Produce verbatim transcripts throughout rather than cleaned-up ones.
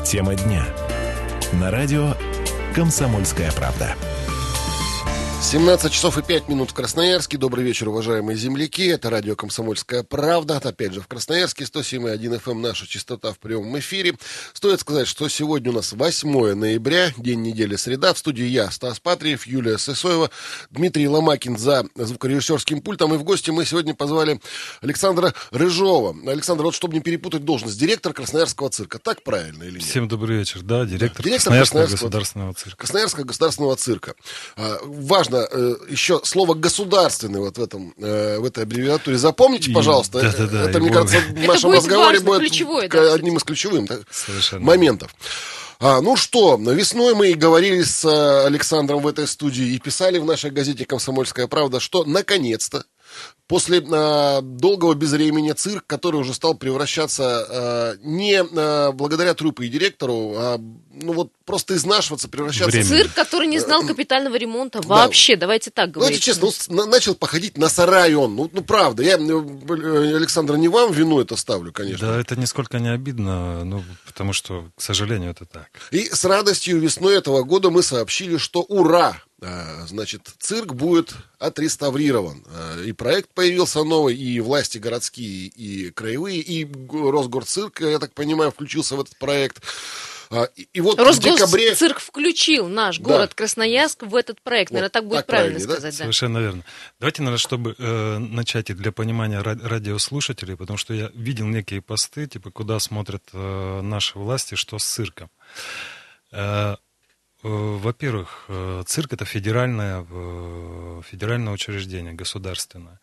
Тема дня. На радио «Комсомольская правда». семнадцать часов и пять минут в Красноярске. Добрый вечер, уважаемые земляки. Это радио «Комсомольская правда». Опять же, в Красноярске сто семь и один эф эм наша частота в прямом эфире. Стоит сказать, что сегодня у нас восьмое ноября, день недели, среда. В студии я, Стас Патриев, Юлия Сысоева, Дмитрий Ломакин за звукорежиссерским пультом. И в гости мы сегодня позвали Александра Рыжова. Александр, вот чтобы не перепутать должность, директор Красноярского цирка. Так правильно или нет? Всем добрый вечер. Да, директор, да, директор Красноярского, Красноярского государственного цирка. Красноярского государственного цирка. А, важно еще слово «государственный» вот в, этом, в этой аббревиатуре. Запомните, пожалуйста. Да, да, да, это, мне кажется, в нашем будет разговоре важно, будет ключевое, да, одним из ключевых да, моментов. Да. А, ну что, весной мы и говорили с Александром в этой студии и писали в нашей газете «Комсомольская правда», что наконец-то после а, долгого безвременья цирк, который уже стал превращаться а, не а, благодаря труппе и директору, а ну вот просто изнашиваться, превращаться... Временно. Цирк, который не знал капитального ремонта вообще, да. Давайте так говорить. Давайте честно, ну, начал походить на сарай он. Ну, ну, правда, я, Александр, не вам вину это ставлю, конечно. Да, это нисколько не обидно, ну, потому что, к сожалению, это так. И с радостью весной этого года мы сообщили, что ура! Значит, цирк будет отреставрирован. И проект появился новый, и власти городские, и краевые, и Росгорцирк, я так понимаю, включился в этот проект. И, и вот в декабре... Росгосцирк включил наш да. город Красноярск в этот проект. Наверное, вот, так будет так правильно правильно, сказать. Да? Да? Совершенно верно. Давайте, наверное, чтобы э, начать и для понимания радиослушателей, потому что я видел некие посты, типа, куда смотрят э, наши власти, что с цирком. Э, Во-первых, цирк — это федеральное, федеральное учреждение, государственное.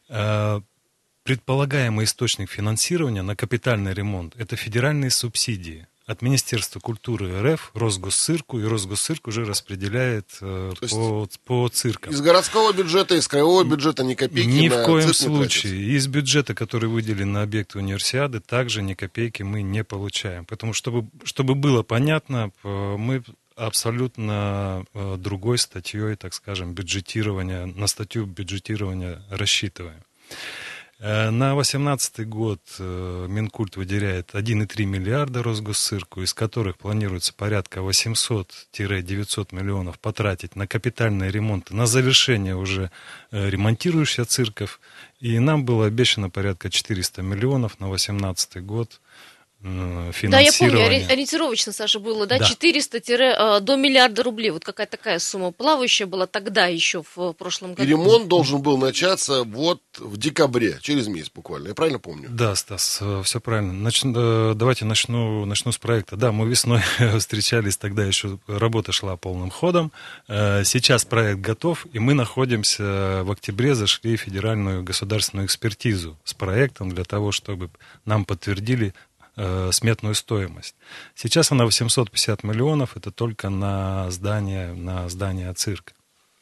Предполагаемый источник финансирования на капитальный ремонт — это федеральные субсидии от Министерства культуры эр эф, Росгосцирку, и Росгосцирк уже распределяет по, по циркам. Из городского бюджета, из краевого бюджета ни копейки Ни на в коем цирк не случае. тратится. Из бюджета, который выделен на объекты универсиады, также ни копейки мы не получаем. Поэтому, чтобы, чтобы было понятно, мы... абсолютно э, другой статьей, так скажем, бюджетирования, на статью бюджетирования рассчитываем. Э, на восемнадцатый год э, Минкульт выделяет один и три миллиарда Росгосцирку, из которых планируется порядка восемьсот-девятьсот миллионов потратить на капитальные ремонты, на завершение уже э, ремонтирующихся цирков. И нам было обещано порядка четыреста миллионов на восемнадцатый год. Да, я помню, ориентировочно, Саша, было, да, да. четыреста до миллиарда рублей. Вот какая такая сумма плавающая была тогда еще в прошлом году. И ремонт должен был начаться вот в декабре, через месяц буквально. Я правильно помню? Да, Стас, все правильно. Нач... Давайте начну, начну с проекта. Да, мы весной встречались, тогда еще работа шла полным ходом. Сейчас проект готов, и мы находимся в октябре, зашли в федеральную государственную экспертизу с проектом для того, чтобы нам подтвердили сметную стоимость. Сейчас она восемьсот пятьдесят миллионов, это только на здание, на здание цирка.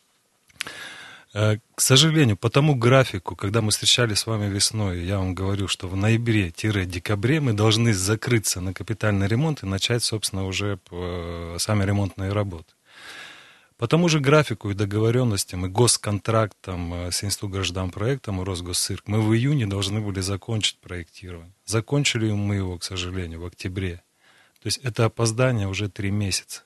К сожалению, по тому графику, когда мы встречались с вами весной, я вам говорю, что в ноябре-декабре мы должны закрыться на капитальный ремонт и начать, собственно, уже сами ремонтные работы. По тому же графику и договоренностям, и госконтрактам с Институтгражданпроектом и Росгосцирк мы в июне должны были закончить проектирование. Закончили мы его, к сожалению, в октябре. То есть это опоздание уже три месяца.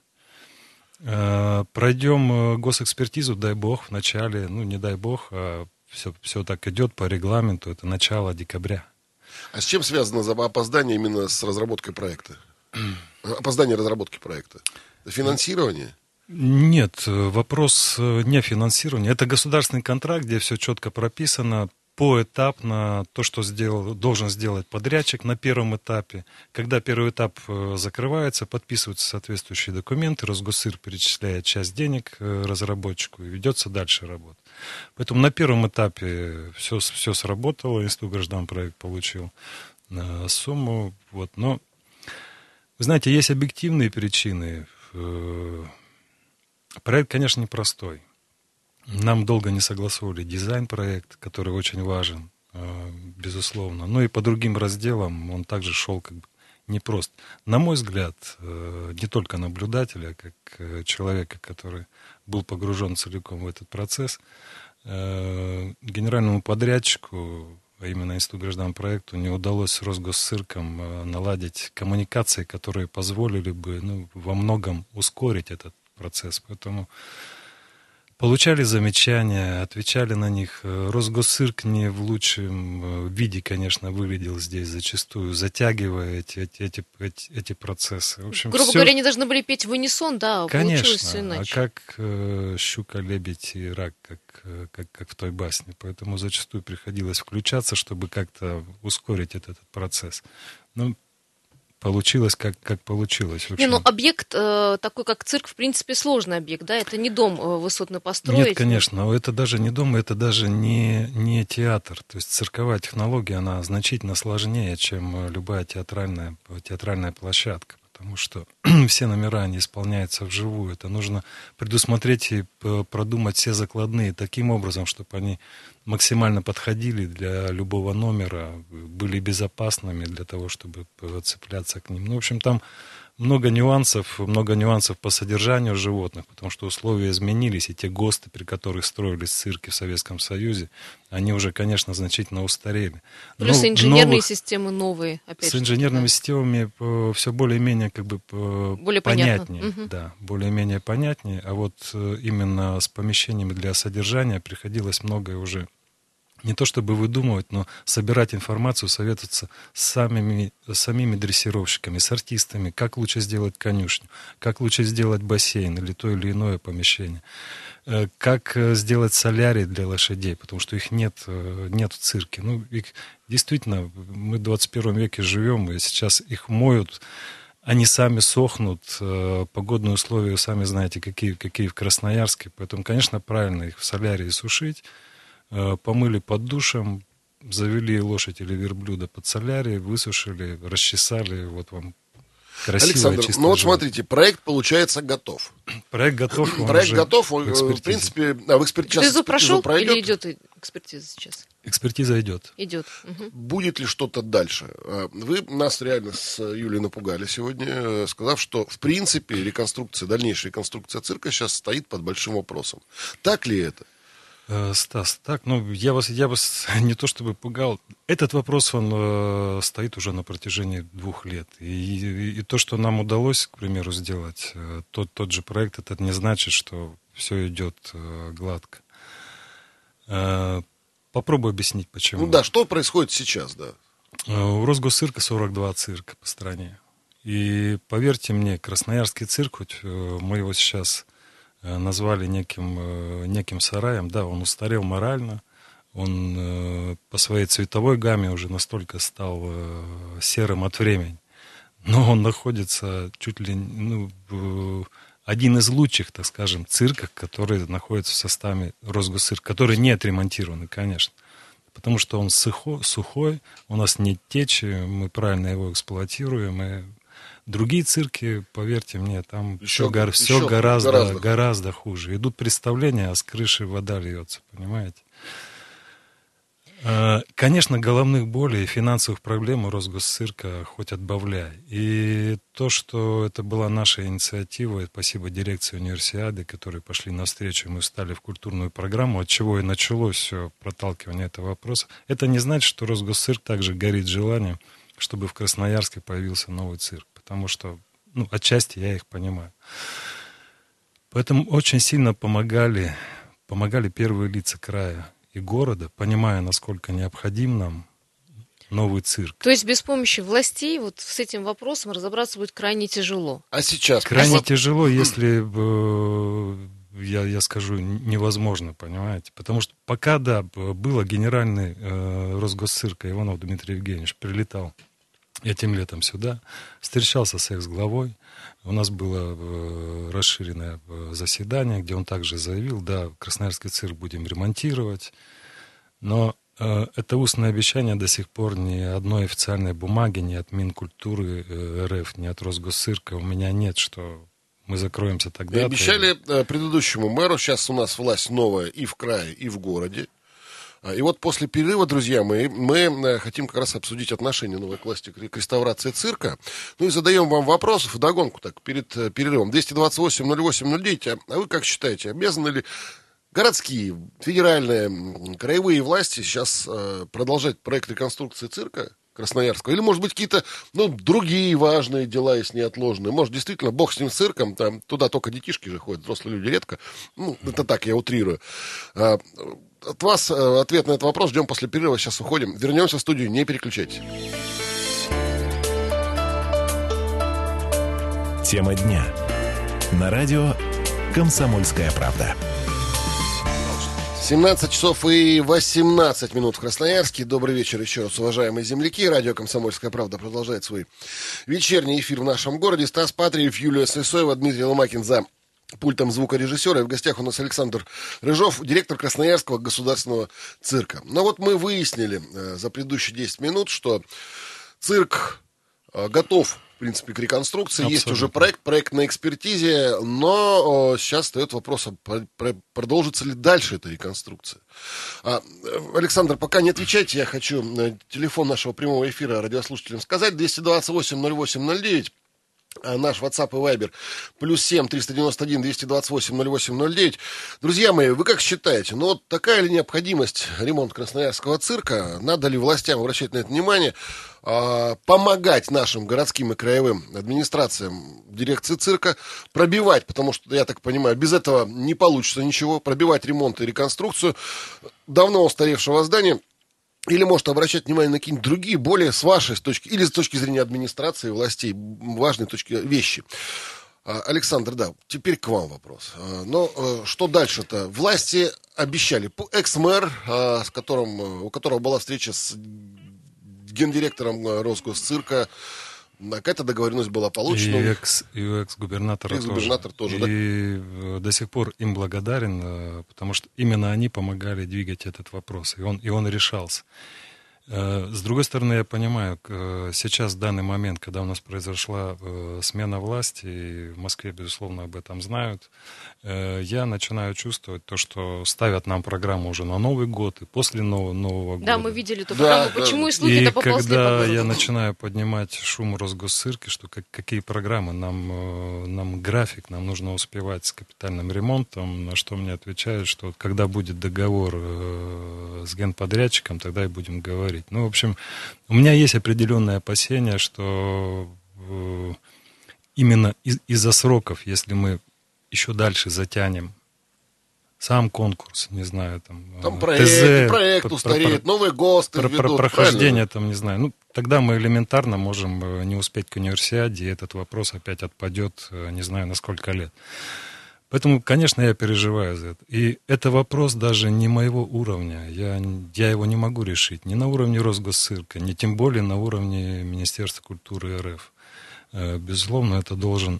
Пройдем госэкспертизу, дай бог, в начале, ну не дай бог, а все, все так идет по регламенту, это начало декабря. А с чем связано опоздание именно с разработкой проекта? Опоздание разработки проекта? Финансирование? Нет, вопрос не финансирования. Это государственный контракт, где все четко прописано, поэтапно, то, что сделал, должен сделать подрядчик на первом этапе. Когда первый этап закрывается, подписываются соответствующие документы, Росгосцирк перечисляет часть денег разработчику и ведется дальше работа. Поэтому на первом этапе все, все сработало, Институтгражданпроект получил сумму. Вот. Но, вы знаете, есть объективные причины. Проект, конечно, непростой. Нам долго не согласовывали дизайн-проект, который очень важен, безусловно. Но и по другим разделам он также шел как бы непрост. На мой взгляд, не только наблюдателя, как человека, который был погружен целиком в этот процесс, генеральному подрядчику по именно Институту граждан проекту не удалось с Росгосцирком наладить коммуникации, которые позволили бы ну, во многом ускорить этот процесс. Поэтому получали замечания, отвечали на них. Росгосцирк не в лучшем виде, конечно, выглядел здесь зачастую, затягивая эти, эти, эти, эти, эти процессы. В общем, грубо все... говоря, они должны были петь в унисон, да, конечно, получилось все иначе. А как э, щука, лебедь и рак, как, как, как в той басне. Поэтому зачастую приходилось включаться, чтобы как-то ускорить этот, этот процесс. Ну, получилось, как, как получилось. Не, ну объект э, такой, как цирк, в принципе, сложный объект, да? Это не дом э, высотно построить. Нет, конечно, это даже не дом, это даже не, не театр. То есть цирковая технология, она значительно сложнее, чем любая театральная, театральная площадка. Потому что все номера, они исполняются вживую. Это нужно предусмотреть и продумать все закладные таким образом, чтобы они максимально подходили для любого номера, были безопасными для того, чтобы цепляться к ним. Ну, в общем, там много нюансов, много нюансов по содержанию животных, потому что условия изменились, и те ГОСТы, при которых строились цирки в Советском Союзе, они уже, конечно, значительно устарели. Плюс Но инженерные новых, системы новые, опять с же. инженерными да. системами все более-менее как бы более понятнее, понятно. да, более-менее понятнее, а вот именно с помещениями для содержания приходилось многое уже не то чтобы выдумывать, но собирать информацию, советоваться с самими, с самими дрессировщиками, с артистами, как лучше сделать конюшню, как лучше сделать бассейн или то или иное помещение, как сделать солярий для лошадей, потому что их нет, нет в цирке. Ну, их, действительно, мы в двадцать первом веке живем, и сейчас их моют, они сами сохнут, погодные условия, сами знаете, какие, какие в Красноярске, поэтому, конечно, правильно их в солярии сушить. Помыли под душем, завели лошадь или верблюда под солярий, высушили, расчесали, вот вам красивое, Александр, чистое ну вот животное. смотрите, проект, получается, готов. Проект готов, он Проект уже готов, в, в принципе, а в экспертизе экспертизу прошел пройдет? или идет экспертиза сейчас? Экспертиза идет. Идет. Угу. Будет ли что-то дальше? Вы нас реально с Юлией напугали сегодня, сказав, что, в принципе, реконструкция, дальнейшая реконструкция цирка сейчас стоит под большим вопросом. Так ли это? Стас, так, ну, я вас, я вас не то чтобы пугал. Этот вопрос, он э, стоит уже на протяжении двух лет. И, и, и то, что нам удалось, к примеру, сделать, э, тот, тот же проект, это не значит, что все идет э, гладко. Э, попробую объяснить, почему. Ну да, что происходит сейчас, да? Э, у Росгосцирка сорок два цирка по стране. И поверьте мне, Красноярский цирк, хоть э, мы его сейчас назвали неким, неким сараем. Да, он устарел морально, он э, по своей цветовой гамме уже настолько стал э, серым от времени. Но он находится чуть ли ну, в, один из лучших, так скажем, цирков, которые находятся в составе Росгосцирка, которые не отремонтированы, конечно. Потому что он сухой, сухой, у нас нет течи, мы правильно его эксплуатируем, и другие цирки, поверьте мне, там еще, все, гор, все еще гораздо, гораздо. гораздо хуже. Идут представления, а с крыши вода льется, понимаете? Конечно, головных болей и финансовых проблем у Росгосцирка хоть отбавляй. И то, что это была наша инициатива, спасибо дирекции универсиады, которые пошли навстречу, мы встали в культурную программу, от чего и началось все проталкивание этого вопроса, это не значит, что Росгосцирк также горит желанием, чтобы в Красноярске появился новый цирк. Потому что, ну, отчасти я их понимаю. Поэтому очень сильно помогали, помогали первые лица края и города, понимая, насколько необходим нам новый цирк. То есть без помощи властей вот с этим вопросом разобраться будет крайне тяжело. А сейчас? Крайне а... тяжело, если, э, я, я скажу, невозможно, понимаете? Потому что пока, да, было генеральный э, Росгосцирка Иванов Дмитрий Евгеньевич, прилетал этим летом сюда, встречался с экс-главой. У нас было э, расширенное заседание, где он также заявил, да, Красноярский цирк будем ремонтировать, но э, это устное обещание до сих пор ни одной официальной бумаги, ни от Минкультуры э, РФ, ни от Росгосцирка у меня нет, что мы закроемся тогда. И обещали э, предыдущему мэру, сейчас у нас власть новая и в крае, и в городе. И вот после перерыва, друзья мои, мы хотим как раз обсудить отношение новой к власти к реставрации цирка. Ну и задаем вам вопросов вдогонку так перед перерывом. двести двадцать восемь ноль восемь ноль девять. А вы как считаете, обязаны ли городские, федеральные, краевые власти сейчас э, продолжать проект реконструкции цирка Красноярского? Или, может быть, какие-то, ну, другие важные дела, если неотложные? Может, действительно, бог с ним с цирком, там, туда только детишки же ходят, взрослые люди редко. Ну, это так, я утрирую. А, от вас а, ответ на этот вопрос ждем после перерыва, сейчас уходим. Вернемся в студию, не переключайтесь. Тема дня. На радио «Комсомольская правда». семнадцать часов и восемнадцать минут в Красноярске. Добрый вечер еще раз, уважаемые земляки. Радио «Комсомольская правда» продолжает свой вечерний эфир в нашем городе. Стас Патриев, Юлия Сысоева, Дмитрий Ломакин за пультом звукорежиссера. И в гостях у нас Александр Рыжов, директор Красноярского государственного цирка. Но вот мы выяснили э, за предыдущие десять минут, что цирк э, готов, в принципе, к реконструкции. Абсолютно. Есть уже проект, проект на экспертизе, но о, сейчас встает вопрос, а продолжится ли дальше эта реконструкция. А, Александр, пока не отвечайте, я хочу телефон нашего прямого эфира радиослушателям сказать. двести двадцать восемь ноль восемь ноль девять. Наш WhatsApp и Viber плюс семь триста девяносто один двести двадцать восемь ноль восемь ноль девять. Друзья мои, вы как считаете, ну вот такая ли необходимость ремонта Красноярского цирка? Надо ли властям обращать на это внимание? А, помогать нашим городским и краевым администрациям дирекции цирка пробивать, потому что, я так понимаю, без этого не получится ничего, пробивать ремонт и реконструкцию давно устаревшего здания. Или, может, обращать внимание на какие-нибудь другие, более с вашей точки, или с точки зрения администрации, властей, важные точки, вещи. Александр, да, теперь к вам вопрос. Но что дальше-то? Власти обещали. Экс-мэр, с которым, у которого была встреча с гендиректором Росгосцирка, какая-то договоренность была получена. И, экс, и у экс-губернатора, экс-губернатор тоже. тоже и да? до сих пор им благодарен, потому что именно они помогали двигать этот вопрос, и он, и он решался. С другой стороны, я понимаю, сейчас, в данный момент, когда у нас произошла смена власти, и в Москве, безусловно, об этом знают, я начинаю чувствовать то, что ставят нам программу уже на Новый год и после Нового, Нового года. Да, мы видели эту программу. Да, Почему да. и слухи-то поползли по когда городу? Я начинаю поднимать шум Росгосцирке, что как, какие программы, нам, нам график, нам нужно успевать с капитальным ремонтом, на что мне отвечают, что когда будет договор с генподрядчиком, тогда и будем говорить. Ну, в общем, у меня есть определенное опасение, что э, именно из- из-за сроков, если мы еще дальше затянем сам конкурс, не знаю, там, там проект, ТЗ, проект про, устареет, про, новые ГОСТы про, введут, про прохождение, правильно? там, не знаю, ну, тогда мы элементарно можем не успеть к универсиаде, и этот вопрос опять отпадет, не знаю, на сколько лет. Поэтому, конечно, я переживаю за это. И это вопрос даже не моего уровня. Я, я его не могу решить. Ни на уровне Росгосцирка, ни тем более на уровне Министерства культуры РФ. Безусловно, это должен...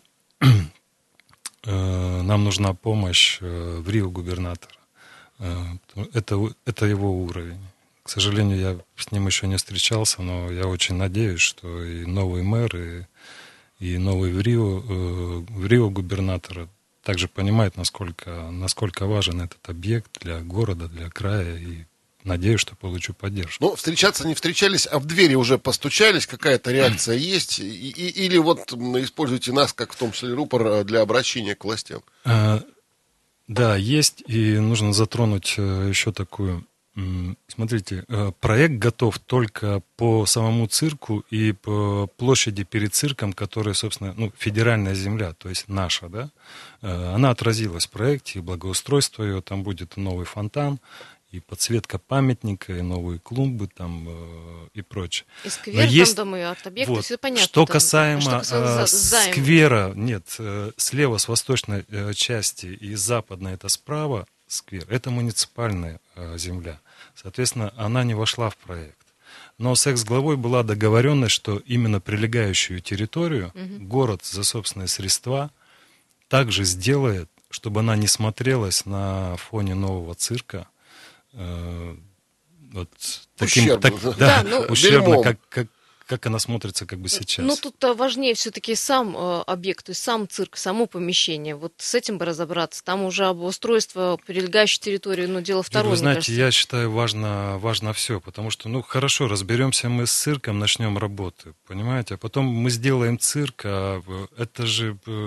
Нам нужна помощь в Рио губернатора. Это, это его уровень. К сожалению, я с ним еще не встречался, но я очень надеюсь, что и новый мэр, и, и новый в Рио, в Рио губернатора также понимает, насколько, насколько важен этот объект для города, для края, и надеюсь, что получу поддержку. Ну, встречаться не встречались, а в двери уже постучались, какая-то реакция есть, и, и, или вот используйте нас, как в том числе рупор, для обращения к властям? А, да, есть, и нужно затронуть еще такую... Смотрите, проект готов только по самому цирку и по площади перед цирком, которая, собственно, ну, федеральная земля, то есть наша, да, она отразилась в проекте, и благоустройство ее, там будет новый фонтан, и подсветка памятника, и новые клумбы там и прочее. И сквер, есть... там, дома, и арт-объекты, вот. Все понятно. Что там, касаемо что касается сквера, нет, слева, с восточной части и западной, это справа, сквер, это муниципальная э, земля. Соответственно, она не вошла в проект. Но с экс-главой была договоренность, что именно прилегающую территорию угу. город за собственные средства также сделает, чтобы она не смотрелась на фоне нового цирка э, вот таким, ущербно, так, да, да, да, ну, ущербно, как, как как она смотрится как бы сейчас. Ну, тут важнее все-таки сам э, объект, то есть сам цирк, само помещение. Вот с этим бы разобраться. Там уже обустройство прилегающей территории, ну, дело второе, Вы знаете, кажется. я считаю, важно, важно все, потому что, ну, хорошо, разберемся мы с цирком, начнем работы, понимаете, а потом мы сделаем цирк, а это же...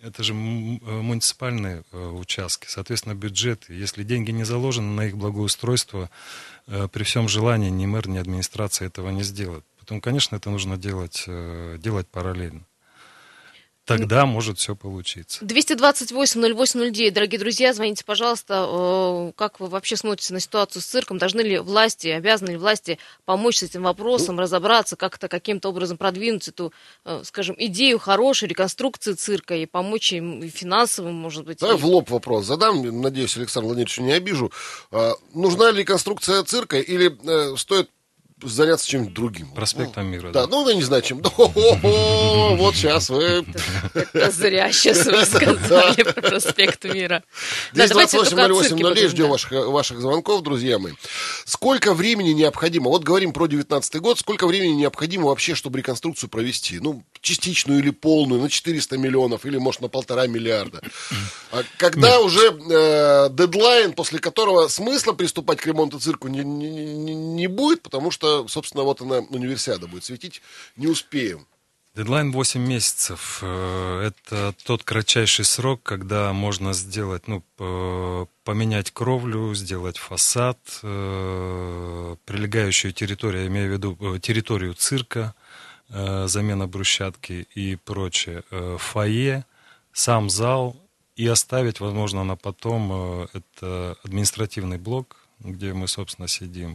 Это же муниципальные участки, соответственно, бюджеты. Если деньги не заложены на их благоустройство, при всем желании ни мэр, ни администрация этого не сделают. Поэтому, конечно, это нужно делать, делать параллельно. Тогда может все получиться. двести двадцать восемь ноль восемь ноль девять, дорогие друзья, звоните, пожалуйста. Как вы вообще смотрите на ситуацию с цирком? Должны ли власти, обязаны ли власти помочь с этим вопросом, разобраться, как-то каким-то образом продвинуть эту, скажем, идею хорошей реконструкции цирка и помочь им и финансовым, может быть? Давай и... в лоб вопрос задам, надеюсь, Александр Владимирович не обижу. А, нужна ли реконструкция цирка или а, стоит заняться чем-нибудь другим? Проспектом Мира. Да, да. Ну, я не знаю, чем. Вот сейчас вы... Это зря сейчас вы сказали про проспект Мира. двести двадцать восемь ноль восемь ноль девять, ждем ваших звонков, друзья мои. Сколько времени необходимо, вот говорим про девятнадцатый год, сколько времени необходимо вообще, чтобы реконструкцию провести? Ну, частичную или полную, на четыреста миллионов, или, может, на полтора миллиарда. Когда уже дедлайн, после которого смысла приступать к ремонту цирку не будет, потому что собственно, вот она, универсиада будет светить, не успеем. Дедлайн восемь месяцев. Это тот кратчайший срок, когда можно сделать, ну, поменять кровлю, сделать фасад, прилегающую территорию, я имею в виду территорию цирка, замена брусчатки и прочее, фойе, сам зал, и оставить, возможно, на потом это административный блок, где мы, собственно, сидим,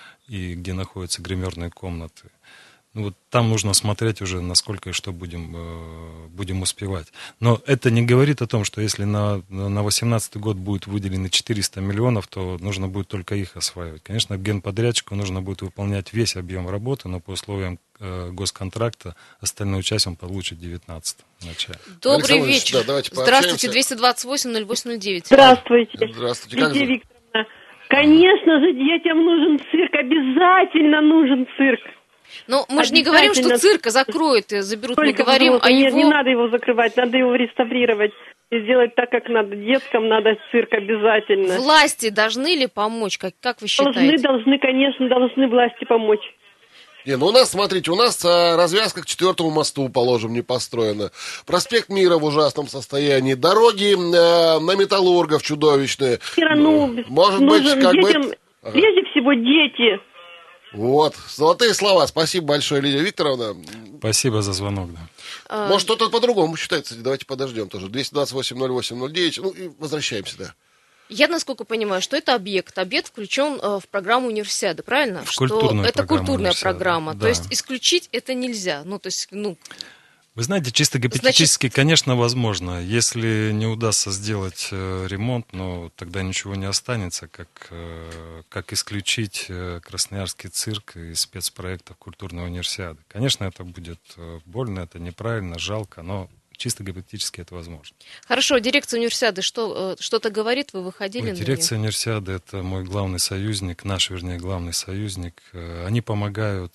и где находятся гримерные комнаты. Ну, вот там нужно смотреть уже, насколько и что будем, э, будем успевать. Но это не говорит о том, что если на, на восемнадцатый год будет выделено четыреста миллионов, то нужно будет только их осваивать. Конечно, генподрядчику нужно будет выполнять весь объем работы, но по условиям э, госконтракта остальную часть он получит в девятнадцатом начале. Добрый вечер. Да, здравствуйте, двести двадцать восемь ноль восемь ноль девять. Здравствуйте. Здравствуйте. Лидия Викторовна. Конечно же, детям нужен цирк, обязательно нужен цирк. Но мы же не говорим, что цирк закроют и заберут, Только мы говорим о Нет, его... не надо его закрывать, надо его реставрировать и сделать так, как надо. Деткам надо цирк обязательно. Власти должны ли помочь, как, как вы считаете? Должны, должны, конечно, должны власти помочь. Не, ну у нас, смотрите, у нас а, развязка к четвертому мосту, положим, не построена. Проспект Мира в ужасном состоянии. Дороги а, на Металлургов чудовищные. Ну, может быть, как детям, бы... Ага. Прежде всего, дети. Вот, золотые слова. Спасибо большое, Лидия Викторовна. Спасибо за звонок, да. А... Может, что-то по-другому считается. Давайте подождем тоже. двести двадцать восемь ноль восемь ноль девять. Ну, и возвращаемся, да. Я, насколько понимаю, что это объект. Объект включен э, в программу универсиады, правильно? В что культурную это культурная универсиады. программа. Да. То есть исключить это нельзя. Ну, то есть, ну... Вы знаете, чисто гипотетически, Значит... конечно, возможно. Если не удастся сделать э, ремонт, ну, тогда ничего не останется, как, э, как исключить э, Красноярский цирк из спецпроектов культурной универсиады. Конечно, это будет э, больно, это неправильно, жалко, но чисто гипотетически это возможно. Хорошо, дирекция универсиады что, что-то говорит? Вы выходили Ой, на дирекция нее? универсиады — это мой главный союзник, наш, вернее, главный союзник. Они помогают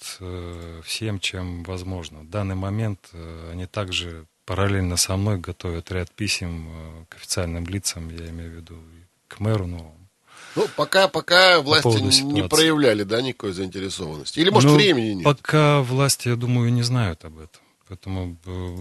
всем, чем возможно. В данный момент они также параллельно со мной готовят ряд писем к официальным лицам, я имею в виду к мэру новому. Ну, пока, пока власти не проявляли, да, никакой заинтересованности. Или, может, ну, времени нет? Пока власти, я думаю, не знают об этом. Поэтому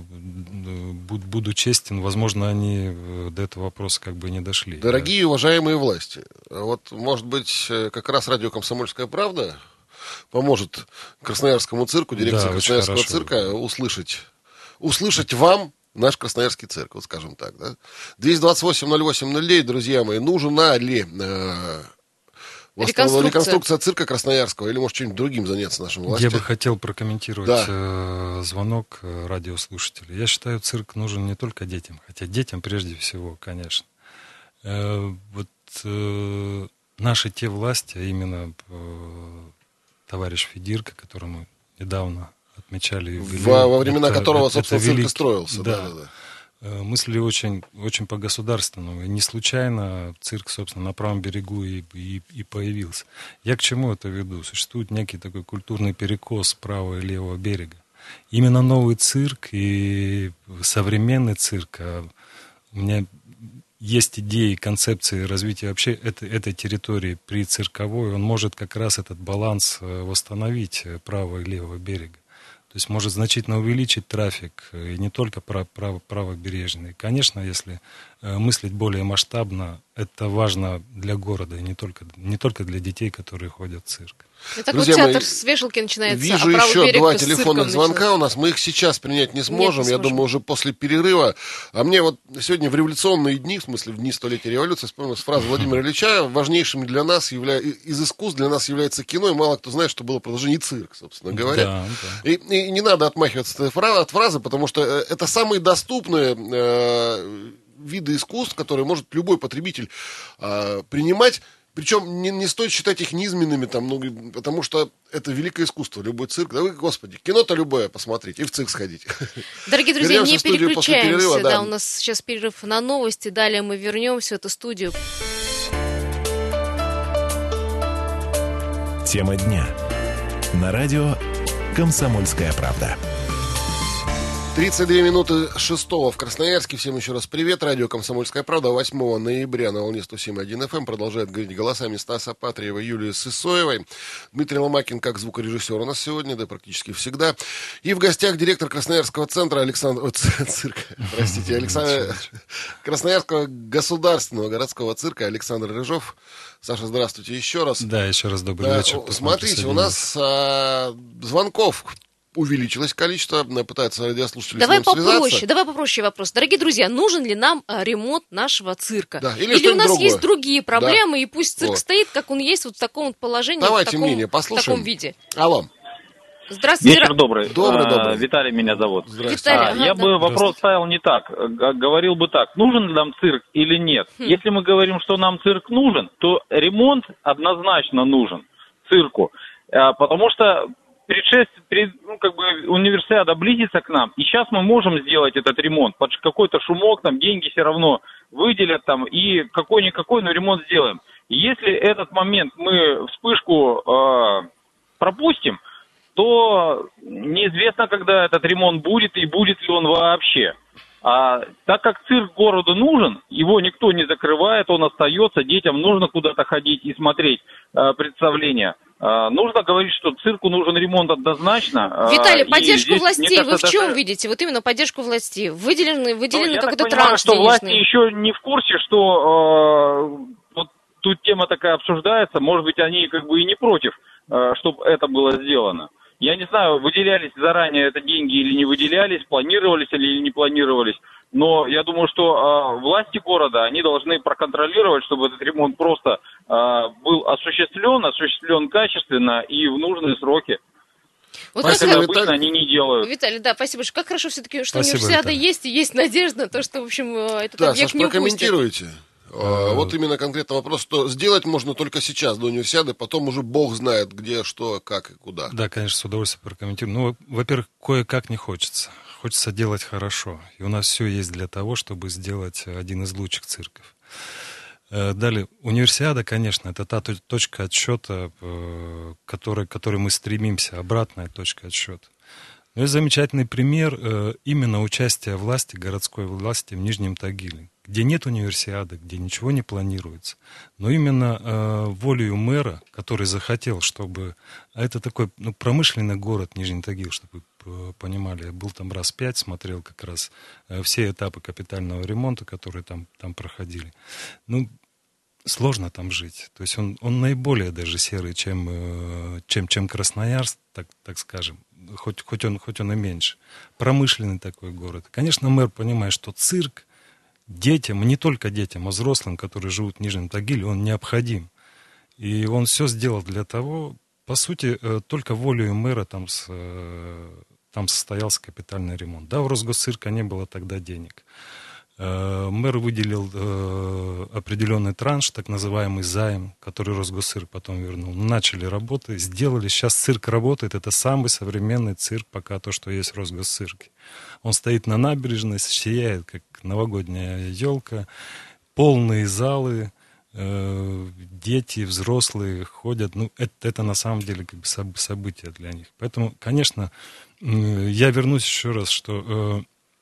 буду честен, возможно, они до этого вопроса как бы не дошли. Дорогие и уважаемые власти, вот, может быть, как раз радио «Комсомольская правда» поможет Красноярскому цирку, дирекции да, Красноярского цирка услышать, услышать вам наш Красноярский цирк, вот скажем так, да? двести двадцать восемь ноль восемь ноль девять, друзья мои, нужна ли... Э, Реконструкция. Реконструкция цирка Красноярского, или, может, чем-нибудь другим заняться нашим властям? Я бы хотел прокомментировать да. э, звонок радиослушателя. Я считаю, цирк нужен не только детям, хотя детям прежде всего, конечно. Э, вот э, наши те власти, а именно э, товарищ Федирко, которому недавно отмечали юбилей. Во, во времена это, которого, это, собственно, это цирк великий, и строился. Да. Да, да, да. Мысли очень, очень по-государственному. И не случайно цирк, собственно, на правом берегу и, и, и появился. Я к чему это веду? Существует некий такой культурный перекос правого и левого берега. Именно новый цирк и современный цирк, а у меня есть идеи, концепции развития вообще этой, этой территории при цирковой, он может как раз этот баланс восстановить правого и левого берега. То есть может значительно увеличить трафик, и не только право, правобережный. Конечно, если мыслить более масштабно, это важно для города, и не только, не только для детей, которые ходят в цирк. Это такой театр с вешалки начинается. Вижу а еще два телефонных звонка начинается. у нас. Мы их сейчас принять не сможем. Нет, не Я сможем. думаю, уже после перерыва. А мне вот сегодня в революционные дни, в смысле в дни столетия революции, вспомнилась фраза Владимира Ильича: важнейшим для нас явля... из искусств для нас является кино, и мало кто знает, что было продолжение цирк, собственно говоря. Да, да. И, и не надо отмахиваться от фразы, потому что это самые доступные э, виды искусств, которые может любой потребитель э, принимать. Причем не, не стоит считать их низменными, там, ну, потому что это великое искусство, любой цирк. Да вы, господи, кино-то любое посмотреть и в цирк сходить. Дорогие друзья, Вернемся не в студию после переключаемся. перерыва, да. Да, у нас сейчас перерыв на новости. Далее мы вернемся в эту студию. Тема дня. На радио «Комсомольская правда». тридцать две минуты шестого в Красноярске. Всем еще раз привет. Радио «Комсомольская правда». восьмого ноября на волне сто семь и один эф эм продолжает говорить голосами Стаса Патриева и Юлии Сысоевой. Дмитрий Ломакин как звукорежиссер у нас сегодня, да практически всегда. И в гостях директор Красноярского центра Александр... О, цирка, простите, Александр... Красноярского государственного городского цирка Александр Рыжов. Саша, здравствуйте еще раз. Да, еще раз добрый Да, вечер. смотрите, у нас а, звонков увеличилось количество, пытаются радиослушатели Давай с ним связаться. попроще, давай попроще вопрос. Дорогие друзья, нужен ли нам а, ремонт нашего цирка? Да, или или у нас другое. есть другие проблемы, Да. и пусть цирк Вот. стоит, как он есть, вот в таком вот положении, Давайте в таком, мнение в послушаем. таком виде. Алло. Здравствуйте. Вечер добрый. Добрый, А, добрый. Виталий меня зовут. Виталий, А, ага, я да. бы вопрос ставил не так. Г- Говорил бы так. Нужен ли нам цирк или нет? Хм. Если мы говорим, что нам цирк нужен, то ремонт однозначно нужен цирку. А, Потому что предшеств... пред- ну, как бы универсиада близится к нам, и сейчас мы можем сделать этот ремонт. Под какой-то шумок, там деньги все равно выделят, там, и какой-никакой, но ремонт сделаем. Если этот момент мы вспышку э, пропустим, то неизвестно, когда этот ремонт будет и будет ли он вообще. А так как цирк городу нужен, его никто не закрывает, он остается, детям нужно куда-то ходить и смотреть э, представления. Э, нужно говорить, что цирку нужен ремонт однозначно. Виталий, э, и поддержку здесь, властей мне вы кажется, в чем даже- видите? Вот именно поддержку властей. Выделенный, Ну, выделенный я так какой-то понимаю, транш что власти денежный. еще не в курсе, что э, вот тут тема такая обсуждается, может быть, они как бы и не против, э, чтобы это было сделано. Я не знаю, выделялись заранее это деньги или не выделялись, планировались или не планировались, но я думаю, что э, власти города, они должны проконтролировать, чтобы этот ремонт просто э, был осуществлен, осуществлен качественно и в нужные сроки. Вот Как Спасибо, это Виталий. обычно они не делают. Виталий, да, спасибо. Как хорошо все-таки, что Спасибо, универсиада Виталий. есть, и есть надежда на то, что, в общем, э, этот Да, объект Саш, не упустят. прокомментируйте. А, Вот именно конкретно вопрос, что сделать можно только сейчас, до универсиады, потом уже бог знает, где, что, как и куда. Да, конечно, с удовольствием прокомментирую. Ну, во-первых, кое-как не хочется. Хочется делать хорошо. И у нас все есть для того, чтобы сделать один из лучших цирков. Э, Далее, универсиада, конечно, это та то- точка отсчета, э, к которой, к которой мы стремимся, обратная точка отсчета. Но есть замечательный пример э, именно участия власти, городской власти в Нижнем Тагиле, где нет универсиады, где ничего не планируется. Но именно э, волею мэра, который захотел, чтобы... А это такой ну, промышленный город Нижний Тагил, чтобы вы понимали. Я был там раз пять, смотрел как раз э, все этапы капитального ремонта, которые там, там проходили. Ну, сложно там жить. То есть он, он наиболее даже серый, чем, э, чем, чем Красноярск, так, так скажем. Хоть, хоть, он, хоть он и меньше. Промышленный такой город. Конечно, мэр понимает, что цирк детям, не только детям, а взрослым, которые живут в Нижнем Тагиле, он необходим. И он все сделал для того, по сути, э, только волею мэра там, с, э, там состоялся капитальный ремонт. Да, у Росгосцирка не было тогда денег. Э, Мэр выделил э, определенный транш, так называемый займ, который Росгосцирк потом вернул. Начали работы, сделали. Сейчас цирк работает. Это самый современный цирк пока то, что есть в Росгосцирке. Он стоит на набережной, сияет, как новогодняя елка. Полные залы, э, дети, взрослые ходят. Ну, это, это на самом деле как бы соб- событие для них. Поэтому, конечно, э, я вернусь еще раз, что... Э,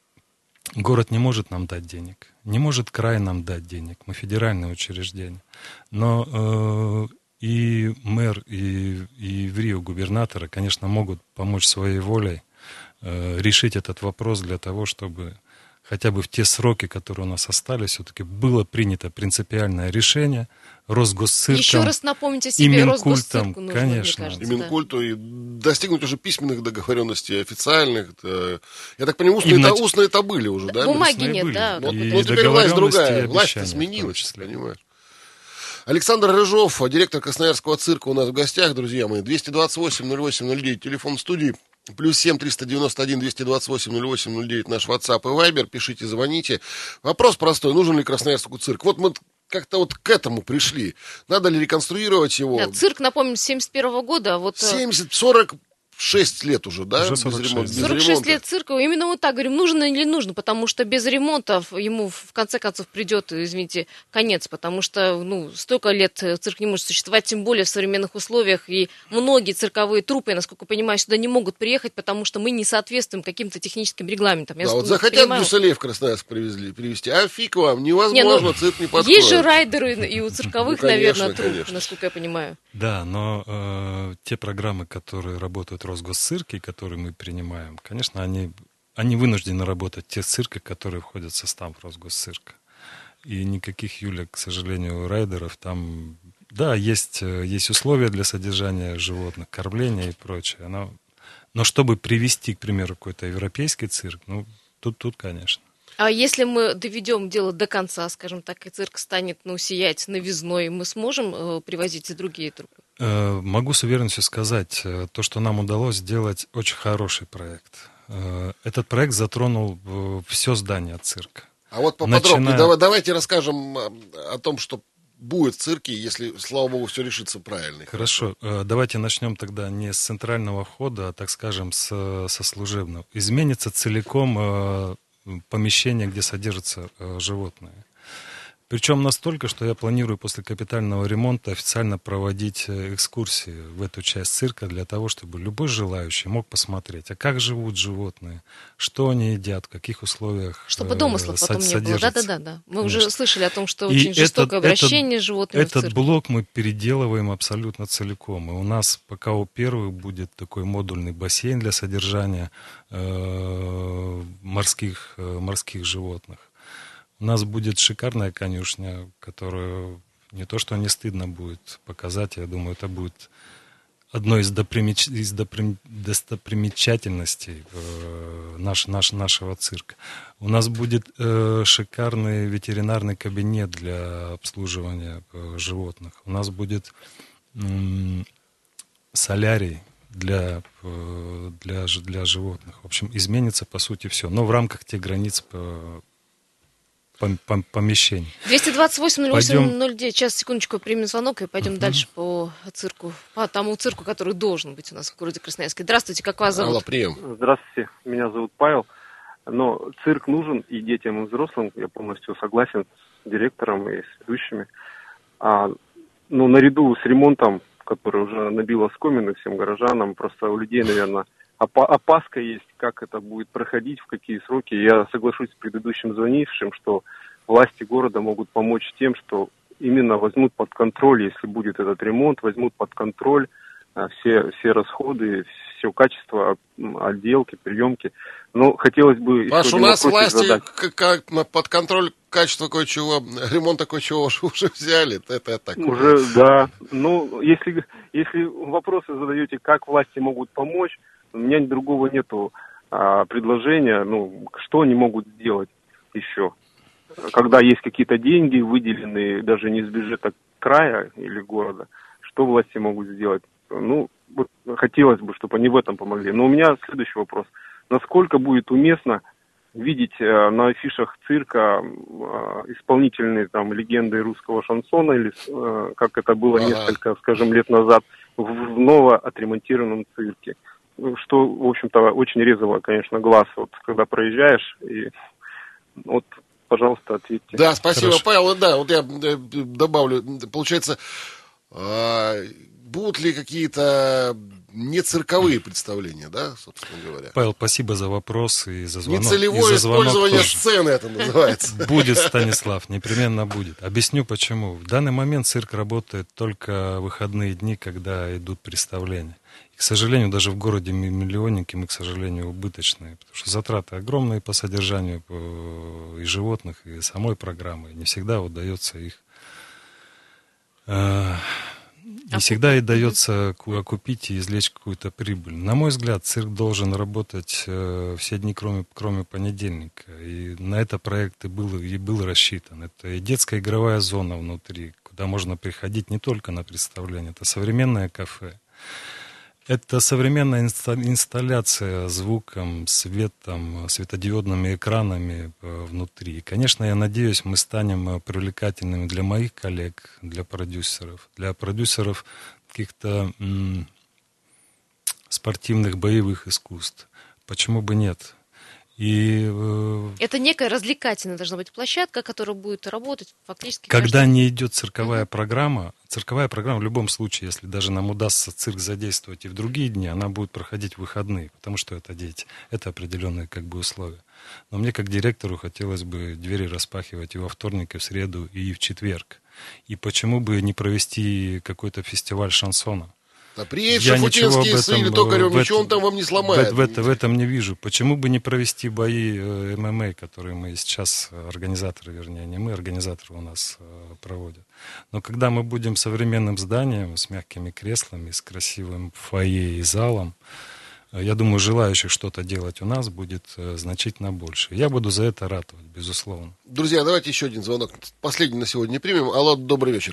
Город не может нам дать денег, не может край нам дать денег, мы федеральное учреждение. Но э, и мэр, и, и в Рио губернаторы, конечно, могут помочь своей волей э, решить этот вопрос для того, чтобы хотя бы в те сроки, которые у нас остались, все-таки было принято принципиальное решение Росгосцирком. Еще раз напомните себе, Росгосцирку нужно, конечно. мне кажется. И Минкульту, да. И достигнуть уже письменных договоренностей официальных. Это, я так понимаю, устные-то, нач... устные-то были уже, да? Бумаги Устные нет, были. да. Вот, И вот теперь власть другая, власть обещания, сменилась, понимаешь. Александр Рыжов, директор Красноярского цирка, у нас в гостях, друзья мои. двести двадцать восемь ноль восемь ноль девять, телефон студии. Плюс семь триста девяносто один двести двадцать восемь ноль восемь ноль девять наш WhatsApp и Viber. Пишите, звоните. Вопрос простой. Нужен ли Красноярску цирк? Вот мы как-то вот к этому пришли. Надо ли реконструировать его? Да, цирк, напомню, с семьдесят первого года. Вот... семьдесят сорок шесть лет уже, да? Уже сорок шесть. Без ремонта, без сорок шесть ремонта. лет цирка. Именно вот так говорим, нужно или нужно, потому что без ремонта ему в конце концов придет, извините, конец, потому что ну, столько лет цирк не может существовать, тем более в современных условиях, и многие цирковые труппы, насколько я понимаю, сюда не могут приехать, потому что мы не соответствуем каким-то техническим регламентам. Я Да, вот ну, захотят понимаю... Дюсселей в Красноярск привезли, привезти, а фиг вам, невозможно, не, ну, цирк не подходит. Есть же райдеры и у цирковых, ну, конечно, наверное, труп, конечно. насколько я понимаю. Да, но э, те программы, которые работают в Росгосцирке, которые мы принимаем, конечно, они, они вынуждены работать в тех цирках, которые входят в состав Росгосцирка. И никаких, Юля, к сожалению, райдеров там... Да, есть, есть условия для содержания животных, кормления и прочее. Но, но чтобы привести, к примеру, какой-то европейский цирк, ну, тут, тут, конечно. А если мы доведем дело до конца, скажем так, и цирк станет, ну, сиять новизной, мы сможем э, привозить и другие трупы? Э, могу с уверенностью сказать, э, то, что нам удалось сделать очень хороший проект. Э, этот проект затронул э, все здание цирка. А вот поподробнее, Начиная... давай, давайте расскажем о, о том, что будет в цирке, если, слава богу, все решится правильно. Хорошо, э, давайте начнем тогда не с центрального входа, а, так скажем, с, со служебного. Изменится целиком э, помещение, где содержатся э, животные. Причем настолько, что я планирую после капитального ремонта официально проводить экскурсии в эту часть цирка для того, чтобы любой желающий мог посмотреть, а как живут животные, что они едят, в каких условиях Чтобы домыслов потом не было. Да-да-да. да. Мы Конечно. уже слышали о том, что И очень жестокое этот, обращение этот, с животными Этот в цирке. блок мы переделываем абсолютно целиком. И у нас пока у первых будет такой модульный бассейн для содержания э, морских, э, морских животных. У нас будет шикарная конюшня, которую не то что не стыдно будет показать, я думаю, это будет одной из, допримеч... из доприм... достопримечательностей э, наш, наш, нашего цирка. У нас будет э, шикарный ветеринарный кабинет для обслуживания э, животных. У нас будет э, солярий для, э, для, для животных. В общем, изменится по сути все, но в рамках тех границ э, помещений. двести двадцать восемь ноль восемь ноль девять. Сейчас, секундочку, примем звонок и пойдем uh-huh. дальше по цирку. По тому цирку, который должен быть у нас в городе Красноярске. Здравствуйте, как вас зовут? Алло, прием. Здравствуйте, меня зовут Павел. Но цирк нужен и детям, и взрослым. Я полностью согласен с директором и с ведущими. А, ну, наряду с ремонтом, который уже набил оскомины всем горожанам, просто у людей, наверное, опаска есть, как это будет проходить, в какие сроки. Я соглашусь с предыдущим звонившим, что власти города могут помочь тем, что именно возьмут под контроль, если будет этот ремонт, возьмут под контроль все, все расходы, все качество отделки, приемки. Но хотелось бы... Паш, у нас власти как под контроль качество кое-чего, ремонт кое-чего уже взяли. Это, это так. Уже, да. Ну, если, если вопросы задаете, как власти могут помочь, у меня другого нету а, предложения, ну, что они могут сделать еще. Когда есть какие-то деньги, выделенные даже не из бюджета края или города, что власти могут сделать? Ну, вот хотелось бы, чтобы они в этом помогли. Но у меня следующий вопрос. Насколько будет уместно видеть а, на афишах цирка а, исполнительные там легенды русского шансона, или а, как это было ага. несколько, скажем, лет назад в ново отремонтированном цирке? Что, в общем-то, очень резало, конечно, глаз, вот, когда проезжаешь, и вот, пожалуйста, ответьте. Да, спасибо, Хорошо. Павел, да, вот я добавлю, получается, будут ли какие-то не цирковые представления, да, собственно говоря? Павел, спасибо за вопрос и за звонок. Нецелевое и за звонок использование тоже. сцены это называется. Будет, Станислав, непременно будет. Объясню почему. В данный момент цирк работает только в выходные дни, когда идут представления. И, к сожалению, даже в городе миллионники мы, к сожалению, убыточные, потому что затраты огромные по содержанию и животных, и самой программы. Не всегда удается их... Не всегда и дается окупить и извлечь какую-то прибыль. На мой взгляд, цирк должен работать э, все дни, кроме, кроме понедельника. И на это проект и был, и был рассчитан. Это и детская игровая зона внутри, куда можно приходить не только на представление. Это современное кафе. Это современная инсталляция звуком, светом, светодиодными экранами внутри. И, конечно, я надеюсь, мы станем привлекательными для моих коллег, для продюсеров, для продюсеров каких-то м- спортивных боевых искусств. Почему бы нет? И, э, Это некая развлекательная должна быть площадка, которая будет работать фактически... Когда каждый... не идет цирковая Uh-huh. программа, цирковая программа в любом случае, если даже нам удастся цирк задействовать и в другие дни, она будет проходить в выходные, потому что это дети, это определенные как бы условия. Но мне как директору хотелось бы двери распахивать и во вторник, и в среду, и в четверг. И почему бы не провести какой-то фестиваль шансона? А приедет Я ничего Шафутинский об с Ильей этом, Токаревым, в ничего он этом- там вам не сломает. В, в это- в этом не вижу. Почему бы не провести бои э, ММА, которые мы сейчас, э, организаторы, вернее, не мы, организаторы у нас э, проводят. Но когда мы будем современным зданием, с мягкими креслами, с красивым фойе и залом, э, я думаю, желающих что-то делать у нас будет э, значительно больше. Я буду за это ратовать, безусловно. Друзья, давайте еще один звонок. Последний на сегодня примем. Алло, добрый вечер.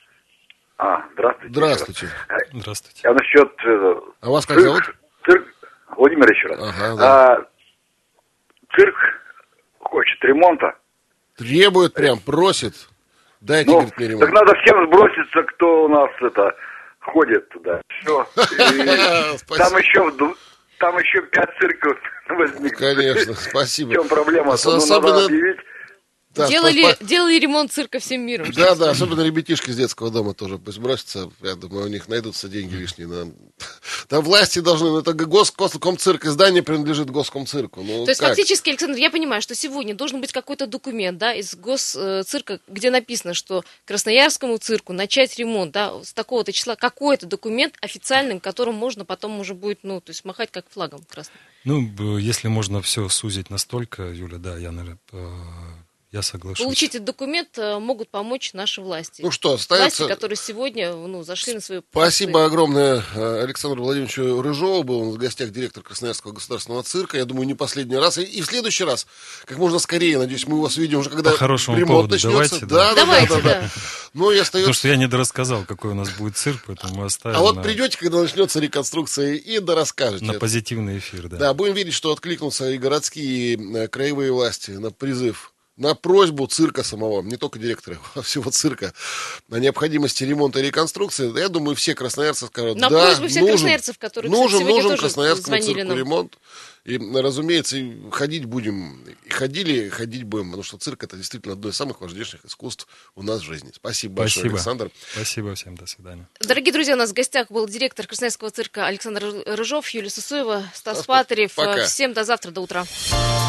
А, здравствуйте. Здравствуйте. Здравствуйте. Я насчет... э, А вас как цирк- зовут? Цирк... Владимир еще раз. Ага, да. А, цирк хочет ремонта. Требует прям, просит. Дайте, Ну, говорит, мне так ремонт. надо всем сброситься, кто у нас это ходит туда. Все. Там Спасибо. еще, в ду- там еще пять цирков возникнут. Конечно, В спасибо. чем проблема? Ос- Ну, особенно- надо объявить. Да, делали, спа- спа- делали ремонт цирка всем миром. Да, да, особенно ребятишки из детского дома тоже пусть бросятся. Я думаю, у них найдутся деньги лишние. На... Там власти должны... Ну, это гос... Госкомцирк, и здание принадлежит Госкомцирку. Ну, То есть как? фактически, Александр, я понимаю, что сегодня должен быть какой-то документ, да, из госцирка, где написано, что Красноярскому цирку начать ремонт, да, с такого-то числа, какой-то документ официальный, которым можно потом уже будет, ну, то есть махать как флагом красным. Ну, б- если можно все сузить настолько, Юля, да, я, наверное, э, я соглашусь. Получить этот документ э, могут помочь наши власти. Ну что, Власти, остается... которые сегодня, ну, зашли на свою... Спасибо огромное э, Александру Владимировичу Рыжову. Был он в гостях директор Красноярского государственного цирка. Я думаю, не последний раз. И, и в следующий раз, как можно скорее, надеюсь, мы вас увидим уже, когда По хорошему ремонт поводу начнется. давайте, да, да. да, Давайте, да, да, да. Ну и остается... Потому что я не дорассказал, какой у нас будет цирк, поэтому мы оставим А вот на, придете, когда начнется реконструкция, и дорасскажете. на это. позитивный эфир. Да. Да, будем видеть, что откликнутся и городские, и э, краевые власти на призыв, на просьбу цирка самого, не только директора, а всего цирка, о необходимости ремонта и реконструкции. Да, я думаю, все красноярцы скажут, На да, просьбу всех нужен, красноярцев, которые, нужен, кстати, сегодня нужен тоже Красноярскому звонили цирку нам. ремонт. И, разумеется, и ходить будем, и ходили, и ходить будем, потому что цирк — это действительно одно из самых важнейших искусств у нас в жизни. Спасибо, большое, Спасибо. Александр. Спасибо всем, до свидания. Дорогие друзья, у нас в гостях был директор Красноярского цирка Александр Рыжов, Юлия Сысоева, Стас Стас, Патарев. пока. Всем до завтра, до утра.